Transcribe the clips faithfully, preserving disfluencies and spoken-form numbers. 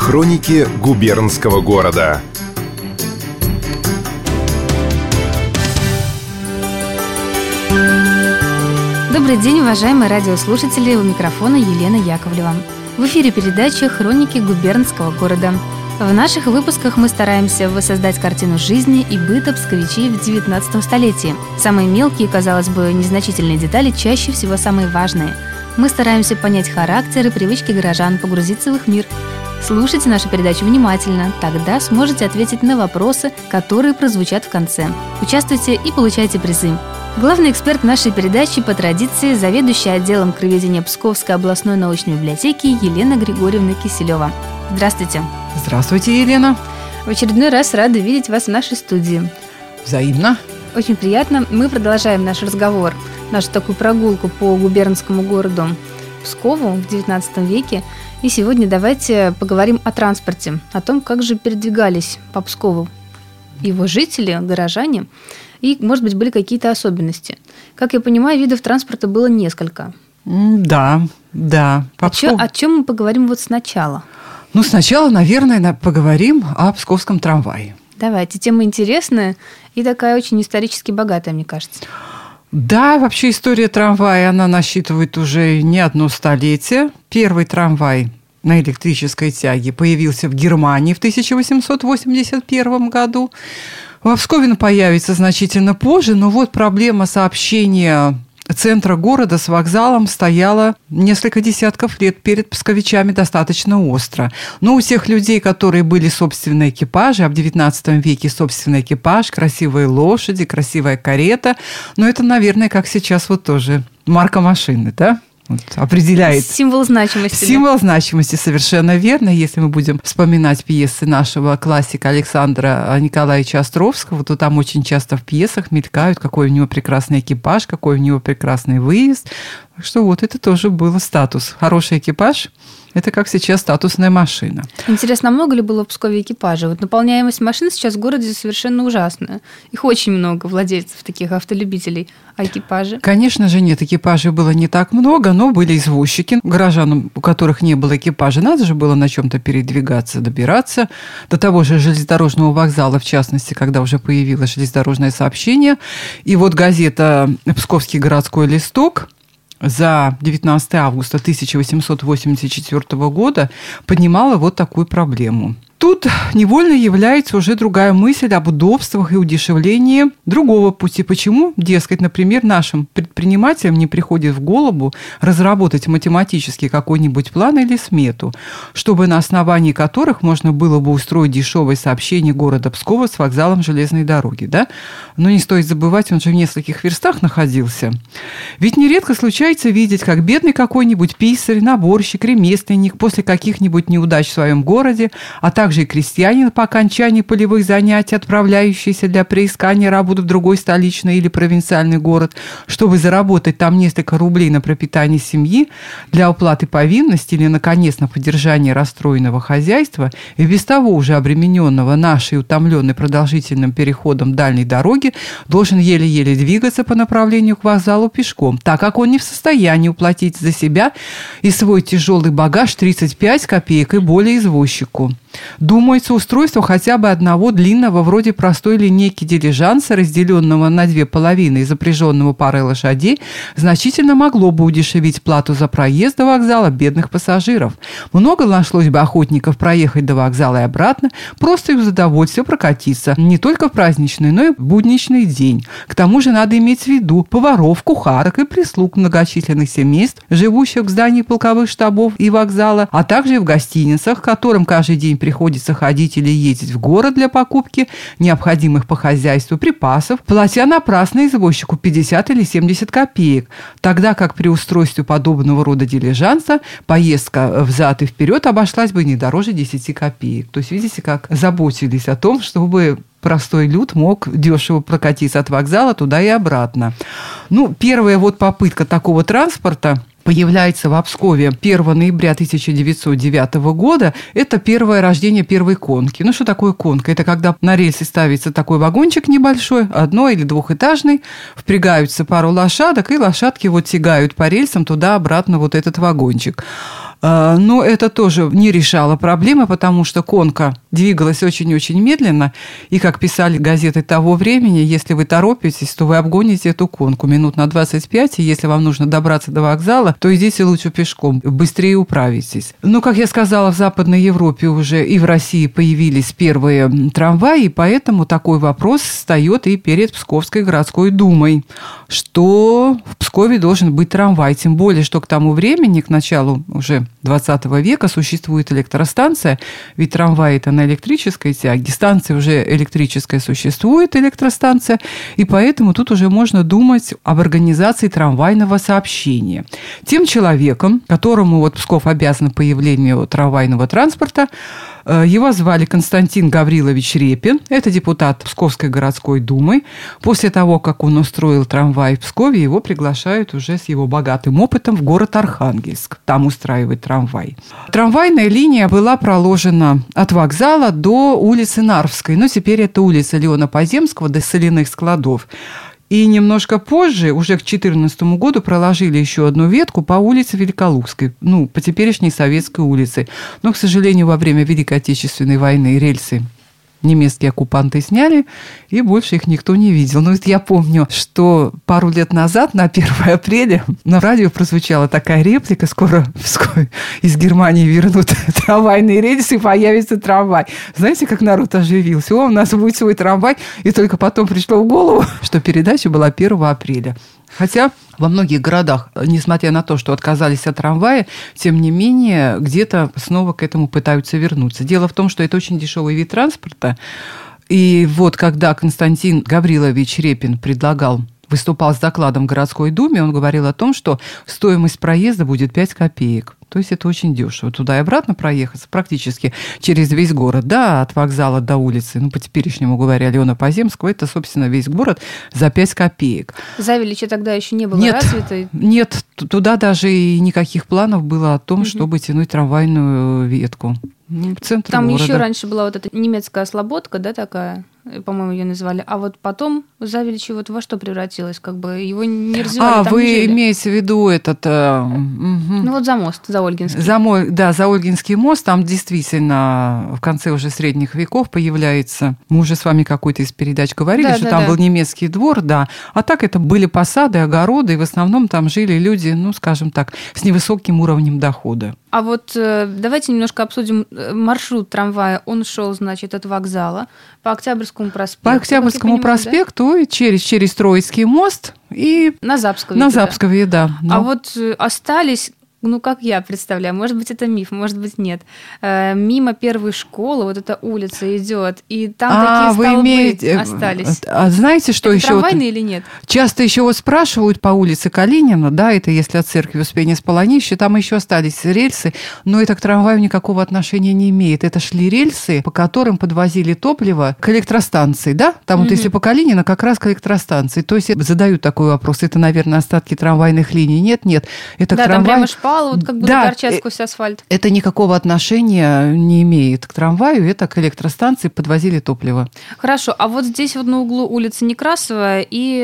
Хроники губернского города. Добрый день, уважаемые радиослушатели, у микрофона Елена Яковлева. В эфире передача «Хроники губернского города». В наших выпусках мы стараемся воссоздать картину жизни и быта псковичей в девятнадцатом столетии. Самые мелкие, казалось бы, незначительные детали чаще всего самые важные. Мы стараемся понять характер и привычки горожан, погрузиться в их мир. Слушайте нашу передачу внимательно, тогда сможете ответить на вопросы, которые прозвучат в конце. Участвуйте и получайте призы. Главный эксперт нашей передачи по традиции, заведующая отделом краеведения Псковской областной научной библиотеки Елена Григорьевна Киселева. Здравствуйте. Здравствуйте, Елена. В очередной раз рада видеть вас в нашей студии. Взаимно. Очень приятно. Мы продолжаем наш разговор, нашу такую прогулку по губернскому городу Пскову в девятнадцатом веке. И сегодня давайте поговорим о транспорте, о том, как же передвигались по Пскову его жители, горожане, и, может быть, были какие-то особенности. Как я понимаю, видов транспорта было несколько. Да, да. О, чё, о чем мы поговорим вот сначала? Ну, сначала, наверное, поговорим о псковском трамвае. Давайте, тема интересная и такая очень исторически богатая, мне кажется. Да, вообще история трамвая, она насчитывает уже не одно столетие. Первый трамвай на электрической тяге появился в Германии в тысяча восемьсот восемьдесят первом году. Во Пскове он появится значительно позже, но вот проблема сообщения центра города с вокзалом стояла несколько десятков лет перед псковичами достаточно остро. Но у всех людей, которые были собственные экипажи, а в девятнадцатом веке собственный экипаж, красивые лошади, красивая карета, но это, наверное, как сейчас вот тоже марка машины, да? Вот, определяет. Символ значимости. Символ да? значимости, совершенно верно. Если мы будем вспоминать пьесы нашего классика Александра Николаевича Островского, то там очень часто в пьесах мелькают, какой у него прекрасный экипаж, какой у него прекрасный выезд. Так что вот это тоже был статус. Хороший экипаж – это как сейчас статусная машина. Интересно, а много ли было в Пскове экипажей? Вот наполняемость машин сейчас в городе совершенно ужасная. Их очень много, владельцев таких автолюбителей. А экипажи? Конечно же нет, экипажей было не так много, но были извозчики. Горожанам, у которых не было экипажа, надо же было на чем-то передвигаться, добираться. До того же железнодорожного вокзала, в частности, когда уже появилось железнодорожное сообщение. И вот газета «Псковский городской листок» за девятнадцатого августа тысяча восемьсот восемьдесят четвёртого года поднимала вот такую проблему. Тут невольно является уже другая мысль об удобствах и удешевлении другого пути. Почему, дескать, например, нашим предпринимателям не приходит в голову разработать математически какой-нибудь план или смету, чтобы на основании которых можно было бы устроить дешевое сообщение города Пскова с вокзалом железной дороги, да? Но не стоит забывать, он же в нескольких верстах находился. Ведь нередко случается видеть, как бедный какой-нибудь писарь, наборщик, ремесленник после каких-нибудь неудач в своем городе, а также также и крестьянин по окончании полевых занятий, отправляющийся для приискания работы в другой столичный или провинциальный город, чтобы заработать там несколько рублей на пропитание семьи, для уплаты повинности или, наконец, на поддержание расстроенного хозяйства и без того уже обремененного нашей утомленной продолжительным переходом дальней дороги, должен еле-еле двигаться по направлению к вокзалу пешком, так как он не в состоянии уплатить за себя и свой тяжелый багаж тридцать пять копеек и более извозчику. Думается, устройство хотя бы одного длинного, вроде простой линейки дилижанса, разделенного на две половины и запряженного парой лошадей, значительно могло бы удешевить плату за проезд до вокзала бедных пассажиров. Много нашлось бы охотников проехать до вокзала и обратно, просто из удовольствия прокатиться не только в праздничный, но и в будничный день. К тому же надо иметь в виду поваров, кухарок и прислуг многочисленных семейств, живущих в здании полковых штабов и вокзала, а также и в гостиницах, которым каждый день приходится ходить или ездить в город для покупки необходимых по хозяйству припасов, платя напрасно извозчику пятьдесят или семьдесят копеек, тогда как при устройстве подобного рода дилижанса поездка взад и вперед обошлась бы не дороже десяти копеек. То есть, видите, как заботились о том, чтобы простой люд мог дешево прокатиться от вокзала туда и обратно. Ну, первая вот попытка такого транспорта появляется в Пскове первого ноября тысяча девятьсот девятого года. Это первое рождение первой конки. Ну, что такое конка? Это когда на рельсе ставится такой вагончик небольшой, одно- или двухэтажный, впрягаются пару лошадок, и лошадки вот тягают по рельсам туда-обратно вот этот вагончик. Но это тоже не решало проблемы, потому что конка двигалась очень-очень медленно. И, как писали газеты того времени, если вы торопитесь, то вы обгоните эту конку минут на двадцать пять. И если вам нужно добраться до вокзала, то идите лучше пешком, быстрее управитесь. Но, как я сказала, в Западной Европе уже и в России появились первые трамваи, и поэтому такой вопрос встает и перед Псковской городской думой, что в Пскове должен быть трамвай. Тем более, что к тому времени, к началу уже двадцатого века существует электростанция, ведь трамвай – это на электрической тяге, станция уже электрическая существует, электростанция, и поэтому тут уже можно думать об организации трамвайного сообщения. Тем человеком, которому вот Псков обязан появлению трамвайного транспорта, его звали Константин Гаврилович Репин, это депутат Псковской городской думы. После того, как он устроил трамвай в Пскове, его приглашают уже с его богатым опытом в город Архангельск, там устраивать трамвай. Трамвайная линия была проложена от вокзала до улицы Нарвской, но теперь это улица Леона Поземского до соляных складов. И немножко позже, уже к две тысячи четырнадцатому году, проложили еще одну ветку по улице Великолукской, ну, по теперешней Советской улице. Но, к сожалению, во время Великой Отечественной войны рельсы немецкие оккупанты сняли, и больше их никто не видел. Но я помню, что пару лет назад, на первое апреля, на радио прозвучала такая реплика: скоро из Германии вернут трамвайные рельсы, и появится трамвай. Знаете, как народ оживился? О, у нас будет свой трамвай. И только потом пришло в голову, что передача была первого апреля. Хотя во многих городах, несмотря на то, что отказались от трамвая, тем не менее, где-то снова к этому пытаются вернуться. Дело в том, что это очень дешевый вид транспорта. И вот когда Константин Гаврилович Репин предлагал, выступал с докладом в городской думе, он говорил о том, что стоимость проезда будет пять копеек. То есть это очень дешево. Туда и обратно проехаться практически через весь город. Да, от вокзала до улицы, ну, по теперешнему говоря, Леона Поземского, это, собственно, весь город за пять копеек. Завелича тогда еще не было нет, развито? Нет, туда даже и никаких планов было о том, угу. чтобы тянуть трамвайную ветку. В центре Там города. Еще раньше была вот эта немецкая слободка, да, такая, по-моему, ее называли. А вот потом Завеличи вот во что превратилось? Как бы его не развивали, А, там вы не жили. имеете в виду этот... Э, угу. Ну вот за мост, за Ольгинский. За мой, да, за Ольгинский мост. Там действительно в конце уже средних веков появляется... Мы уже с вами какой-то из передач говорили, да, что да, там да. был немецкий двор, да. А так это были посады, огороды, и в основном там жили люди, ну, скажем так, с невысоким уровнем дохода. А вот давайте немножко обсудим маршрут трамвая. Он шел, значит, от вокзала по Октябрьскому проспекту. По Октябрьскому понимаю, проспекту да? и через, через Троицкий мост и на Запсковье. На Запсковье, да. Но... А вот остались... Ну, как я представляю, может быть, это миф, может быть, нет. Мимо первой школы вот эта улица идет, и там а, такие столбы имеете... остались. А знаете, что это еще? Трамвайные вот... или нет? Часто еще вот спрашивают по улице Калинина, да, это если от церкви Успения Сполонища, там еще остались рельсы, но это к трамваю никакого отношения не имеет. Это шли рельсы, по которым подвозили топливо к электростанции, да? Там mm-hmm. вот если по Калинина, как раз к электростанции. То есть задают такой вопрос, это, наверное, остатки трамвайных линий. Нет, нет, это да, к трамваю... вот как будто да, торчат сквозь асфальт. Это никакого отношения не имеет к трамваю, это к электростанции подвозили топливо. Хорошо, а вот здесь вот на углу улицы Некрасова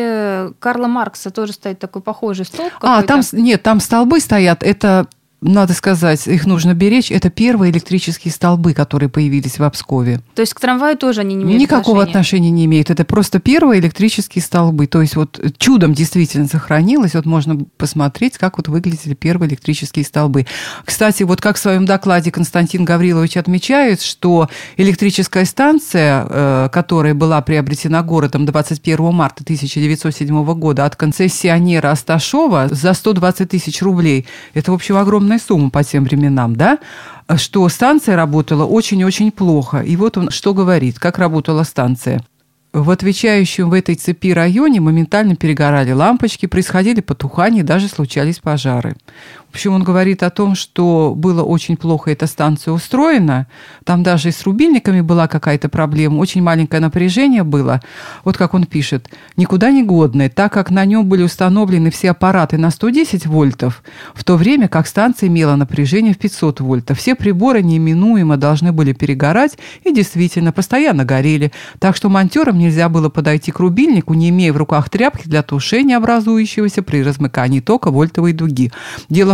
и Карла Маркса тоже стоит такой похожий столб какой-то. А, там, нет, там столбы стоят, это... Надо сказать, их нужно беречь. Это первые электрические столбы, которые появились в Обскове. То есть к трамваю тоже они не имеют Никакого отношения? отношения не имеют. Это просто первые электрические столбы. То есть вот чудом действительно сохранилось. Вот можно посмотреть, как вот выглядели первые электрические столбы. Кстати, вот как в своем докладе Константин Гаврилович отмечает, что электрическая станция, которая была приобретена городом двадцать первого марта тысяча девятьсот седьмого года от концессионера Асташова за сто двадцать тысяч рублей, это, в общем, огромная сумма по тем временам, да, что станция работала очень-очень плохо. И вот он что говорит, как работала станция. В отвечающем в этой цепи районе моментально перегорали лампочки, происходили потухания, даже случались пожары. В общем, он говорит о том, что было очень плохо эта станция устроена. Там даже и с рубильниками была какая-то проблема. Очень маленькое напряжение было. Вот как он пишет. Никуда не годное, так как на нем были установлены все аппараты на сто десять вольтов, в то время как станция имела напряжение в пятьсот вольтов. Все приборы неименуемо должны были перегорать и действительно постоянно горели. Так что монтёрам нельзя было подойти к рубильнику, не имея в руках тряпки для тушения образующегося при размыкании тока вольтовой дуги. Дело в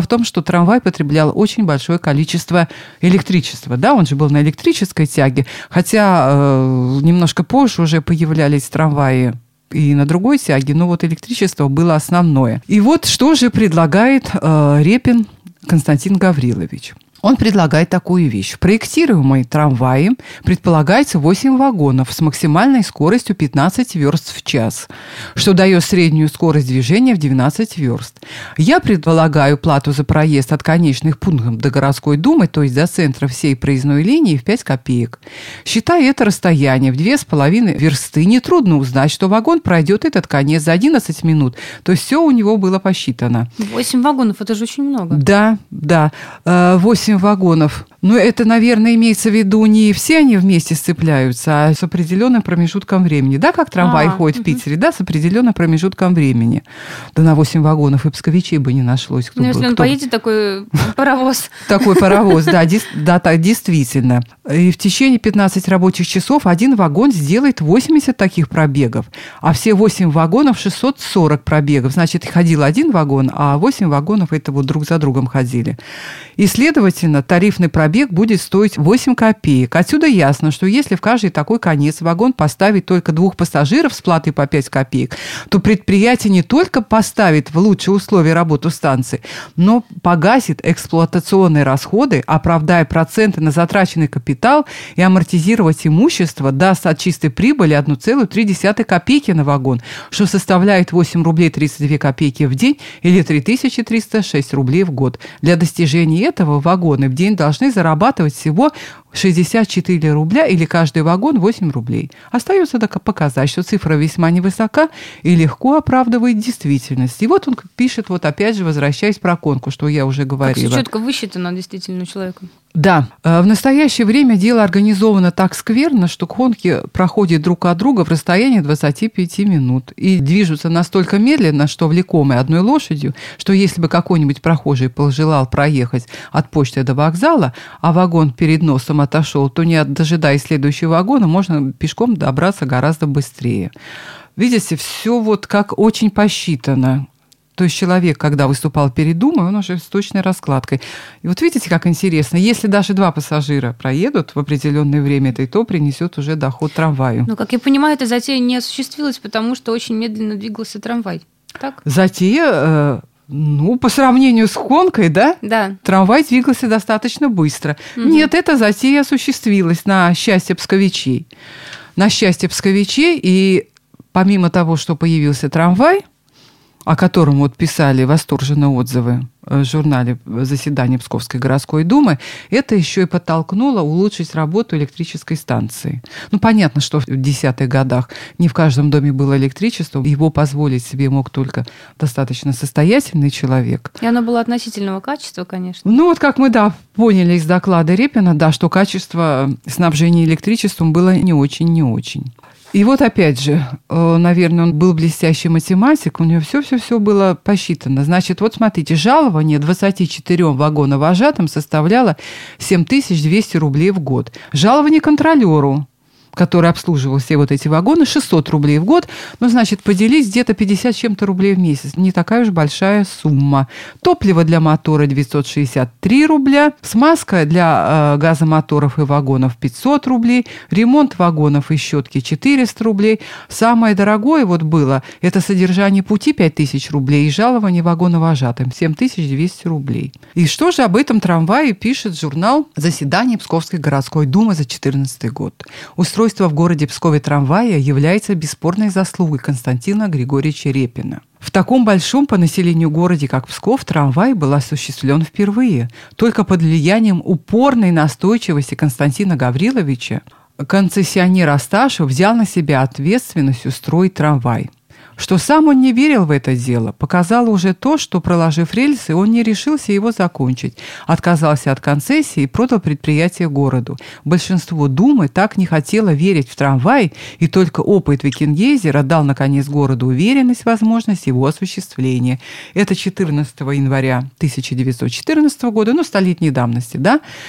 том, что трамвай потреблял очень большое количество электричества. Да, он же был на электрической тяге, хотя э, немножко позже уже появлялись трамваи и на другой тяге, но вот электричество было основное. И вот что же предлагает э, Репин Константин Гаврилович. Он предлагает такую вещь. В проектируемой трамвае предполагается восемь вагонов с максимальной скоростью пятнадцать верст в час, что дает среднюю скорость движения в двенадцать верст. Я предполагаю плату за проезд от конечных пунктов до городской думы, то есть до центра всей проездной линии, в пять копеек. Считая это расстояние в две с половиной версты, нетрудно узнать, что вагон пройдет этот конец за одиннадцать минут. То есть все у него было посчитано. восемь вагонов, это же очень много. Да, да. восемь вагонов. Но это, наверное, имеется в виду не все они вместе сцепляются, а с определенным промежутком времени. Да, как трамвай а, ходит угу. в Питере, да, с определенным промежутком времени. Да на восемь вагонов и псковичей бы не нашлось. Кто ну, если бы, он кто... поедет, такой паровоз. Такой паровоз, да, действительно. И в течение пятнадцати рабочих часов один вагон сделает восемьдесят таких пробегов, а все восемь вагонов шестьсот сорок пробегов. Значит, ходил один вагон, а восемь вагонов это вот друг за другом ходили. И, следовательно, тарифный пробег будет стоить восемь копеек. Отсюда ясно, что если в каждый такой конец вагон поставить только двух пассажиров с платой по пять копеек, то предприятие не только поставит в лучшие условия работу станции, но погасит эксплуатационные расходы, оправдая проценты на затраченный капитал и амортизировать имущество, даст от чистой прибыли одна целая три десятых копейки на вагон, что составляет восемь рублей тридцать две копейки в день или три тысячи триста шесть рублей в год. Для достижения этого вагоны в день должны зарабатывать всего шестьдесят четыре рубля или каждый вагон восемь рублей. Остается только показать, что цифра весьма невысока и легко оправдывает действительность. И вот он пишет, вот опять же, возвращаясь про конку, что я уже говорила. Как все четко высчитано действительно человеком. Да. В настоящее время дело организовано так скверно, что конки проходят друг от друга в расстоянии двадцати пяти минут и движутся настолько медленно, что влекомые одной лошадью, что если бы какой-нибудь прохожий пожелал проехать от почты до вокзала, а вагон перед носом отошел, то, не дожидаясь следующего вагона, можно пешком добраться гораздо быстрее. Видите, все вот как очень посчитано. То есть человек, когда выступал перед Думой, он уже с точной раскладкой. И вот видите, как интересно. Если даже два пассажира проедут в определенное время, это и то принесет уже доход трамваю. Ну, как я понимаю, эта затея не осуществилась, потому что очень медленно двигался трамвай. Так? Затея... Ну, по сравнению с конкой, да? Да. Трамвай двигался достаточно быстро. Угу. Нет, эта затея осуществилась на счастье псковичей. На счастье псковичей, и помимо того, что появился трамвай, о котором вот писали восторженные отзывы в журнале заседания Псковской городской думы, это еще и подтолкнуло улучшить работу электрической станции. Ну, понятно, что в десятых годах не в каждом доме было электричество, его позволить себе мог только достаточно состоятельный человек. И оно было относительного качества, конечно. Ну, вот как мы, да, поняли из доклада Репина, да, что качество снабжения электричеством было не очень-не очень. И вот опять же, наверное, он был блестящий математик, у него все-все-все было посчитано. Значит, вот смотрите, жалование двадцати четырем вагоновожатым составляло семь тысяч двести рублей в год. Жалование контролеру, который обслуживал все вот эти вагоны, шестьсот рублей в год. Ну, значит, поделить где-то пятьдесят с чем-то рублей в месяц. Не такая уж большая сумма. Топливо для мотора девятьсот шестьдесят три рубля. Смазка для э, газомоторов и вагонов пятьсот рублей. Ремонт вагонов и щетки четыреста рублей. Самое дорогое вот было, это содержание пути пять тысяч рублей и жалование вагоновожатым семь тысяч двести рублей. И что же об этом трамвае пишет журнал «Заседание Псковской городской думы» за две тысячи четырнадцатый год. Устройство в городе Пскове трамвая является бесспорной заслугой Константина Григорьевича Репина. В таком большом по населению городе, как Псков, трамвай был осуществлен впервые. Только под влиянием упорной настойчивости Константина Гавриловича концессионер Асташев взял на себя ответственность устроить трамвай. Что сам он не верил в это дело, показало уже то, что, проложив рельсы, он не решился его закончить, отказался от концессии и продал предприятие городу. Большинство Думы так не хотело верить в трамвай, и только опыт Викингейзера дал, наконец, городу уверенность в возможности его осуществления. Это четырнадцатого января тысяча девятьсот четырнадцатого года, ну, столетней давности, да?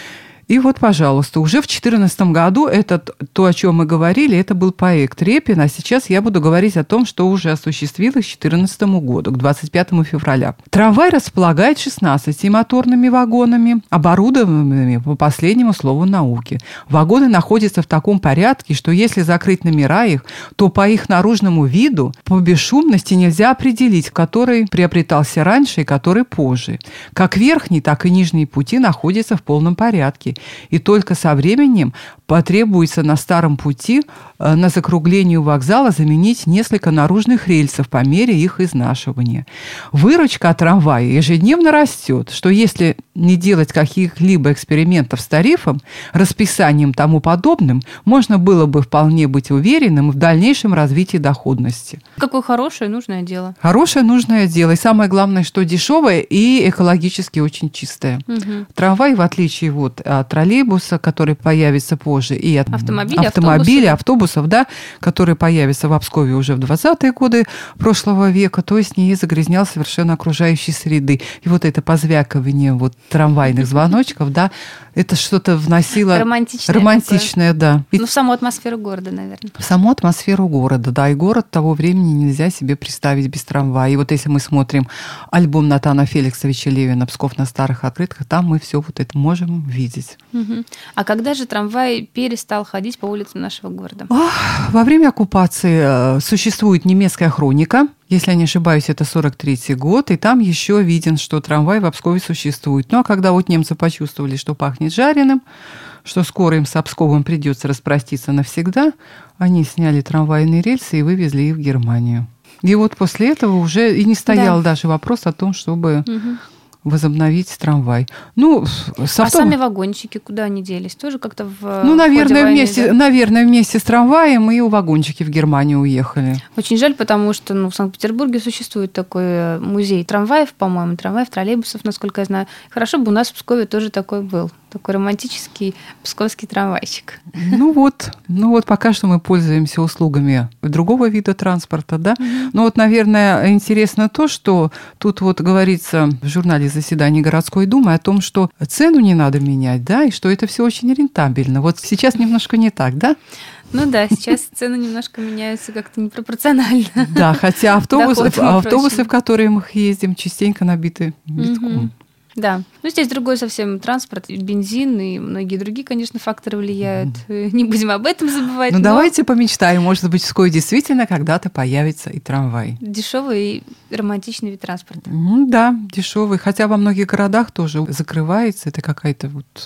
И вот, пожалуйста, уже в две тысячи четырнадцатом году это то, о чем мы говорили, это был проект Репина, а сейчас я буду говорить о том, что уже осуществилось к две тысячи четырнадцатому году, к двадцать пятому февраля. Трамвай располагает шестнадцатью моторными вагонами, оборудованными по последнему слову науки. Вагоны находятся в таком порядке, что если закрыть номера их, то по их наружному виду, по бесшумности нельзя определить, который приобретался раньше и который позже. Как верхний, так и нижние пути находятся в полном порядке. И только со временем потребуется на старом пути на закруглении вокзала заменить несколько наружных рельсов по мере их изнашивания. Выручка от трамвая ежедневно растет, что если не делать каких-либо экспериментов с тарифом, расписанием и тому подобным, можно было бы вполне быть уверенным в дальнейшем развитии доходности. Какое хорошее, нужное дело. Хорошее, нужное дело. И самое главное, что дешевое и экологически очень чистое. Угу. Трамвай, в отличие вот от троллейбуса, который появится позже, и от автомобиля, автомобиля автобусов, да, которые появятся в Пскове уже в двадцатые годы прошлого века, то есть не загрязнял совершенно окружающей среды. И вот это позвякивание вот трамвайных звоночков, да, это что-то вносило... Романтичное. Романтичное, да. Ну, в саму атмосферу города, наверное. В саму атмосферу города, да. И город того времени нельзя себе представить без трамвая. И вот если мы смотрим альбом Натана Феликсовича Левина «Псков на старых открытках», там мы все вот это можем видеть. Угу. А когда же трамвай перестал ходить по улицам нашего города? Во время оккупации существует немецкая хроника. Если я не ошибаюсь, это сорок третий год, и там еще виден, что трамвай в Пскове существует. Ну, а когда вот немцы почувствовали, что пахнет жареным, что скоро им с Псковом придется распроститься навсегда, они сняли трамвайные рельсы и вывезли их в Германию. И вот после этого уже и не стоял да. даже вопрос о том, чтобы... Угу. возобновить трамвай. Ну, с авто... А сами вагончики куда они делись? Тоже как-то в Ну, наверное, вместе, да? наверное, вместе с трамваем и вагончики в Германию уехали. Очень жаль, потому что ну, в Санкт-Петербурге существует такой музей трамваев, по-моему, трамваев, троллейбусов, насколько я знаю. Хорошо бы у нас в Пскове тоже такой был. Такой романтический псковский трамвайчик. Ну вот, ну вот пока что мы пользуемся услугами другого вида транспорта, да. Mm-hmm. Но вот, наверное, интересно то, что тут вот говорится в журнале заседаний городской думы о том, что цену не надо менять, да, и что это все очень рентабельно. Вот сейчас немножко не так, да? Ну да, сейчас цены немножко меняются как-то непропорционально. Да, хотя автобусы, автобусы в которые мы ездим, частенько набиты битком. Mm-hmm. Да. Ну, здесь другой совсем транспорт, бензин и многие другие, конечно, факторы влияют. Mm-hmm. Не будем об этом забывать. Ну, но... давайте помечтаем. Может быть, в Пскове действительно когда-то появится и трамвай. Дешевый и романтичный вид транспорта. Mm, да, дешевый. Хотя во многих городах тоже закрывается. Это какая-то вот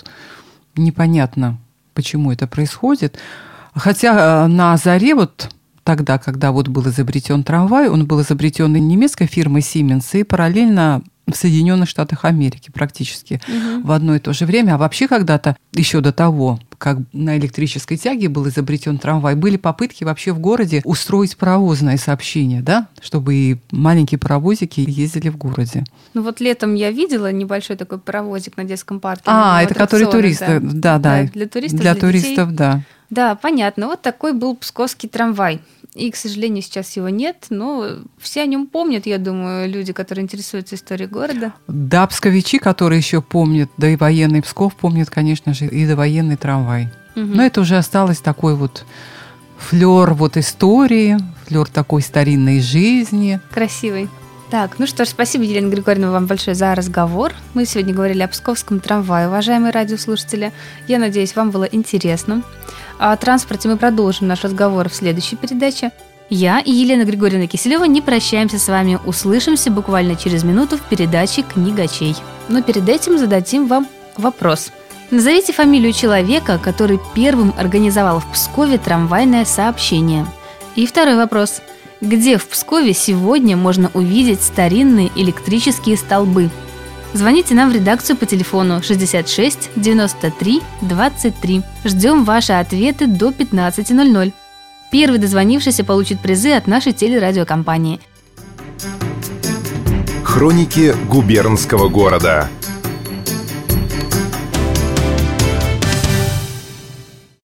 непонятно, почему это происходит. Хотя на заре вот тогда, когда вот был изобретен трамвай, он был изобретен немецкой фирмой Siemens и параллельно в Соединенных Штатах Америки практически угу. в одно и то же время. А вообще когда-то, еще до того, как на электрической тяге был изобретен трамвай, были попытки вообще в городе устроить паровозное сообщение, да, чтобы и маленькие паровозики ездили в городе. Ну вот летом я видела небольшой такой паровозик на детском парке. А, это который туристы, да, да, да. Для туристов, для, для туристов, детей. Да. Да, понятно. Вот такой был псковский трамвай. И, к сожалению, сейчас его нет, но все о нем помнят, я думаю, люди, которые интересуются историей города. Да, псковичи, которые еще помнят, да и военный Псков помнят, конечно же, и довоенный трамвай. Угу. Но это уже осталось такой вот флёр вот истории, флёр такой старинной жизни. Красивый. Так, ну что ж, спасибо, Елена Григорьевна, вам большое за разговор. Мы сегодня говорили о псковском трамвае, уважаемые радиослушатели. Я надеюсь, вам было интересно. О транспорте мы продолжим наш разговор в следующей передаче. Я и Елена Григорьевна Киселева не прощаемся с вами. Услышимся буквально через минуту в передаче «Книгачей». Но перед этим зададим вам вопрос. Назовите фамилию человека, который первым организовал в Пскове трамвайное сообщение. И второй вопрос. Где в Пскове сегодня можно увидеть старинные электрические столбы? Звоните нам в редакцию по телефону шестьдесят шесть девяносто три двадцать три. Ждем ваши ответы до пятнадцати ноль-ноль. Первый дозвонившийся получит призы от нашей телерадиокомпании. Хроники губернского города.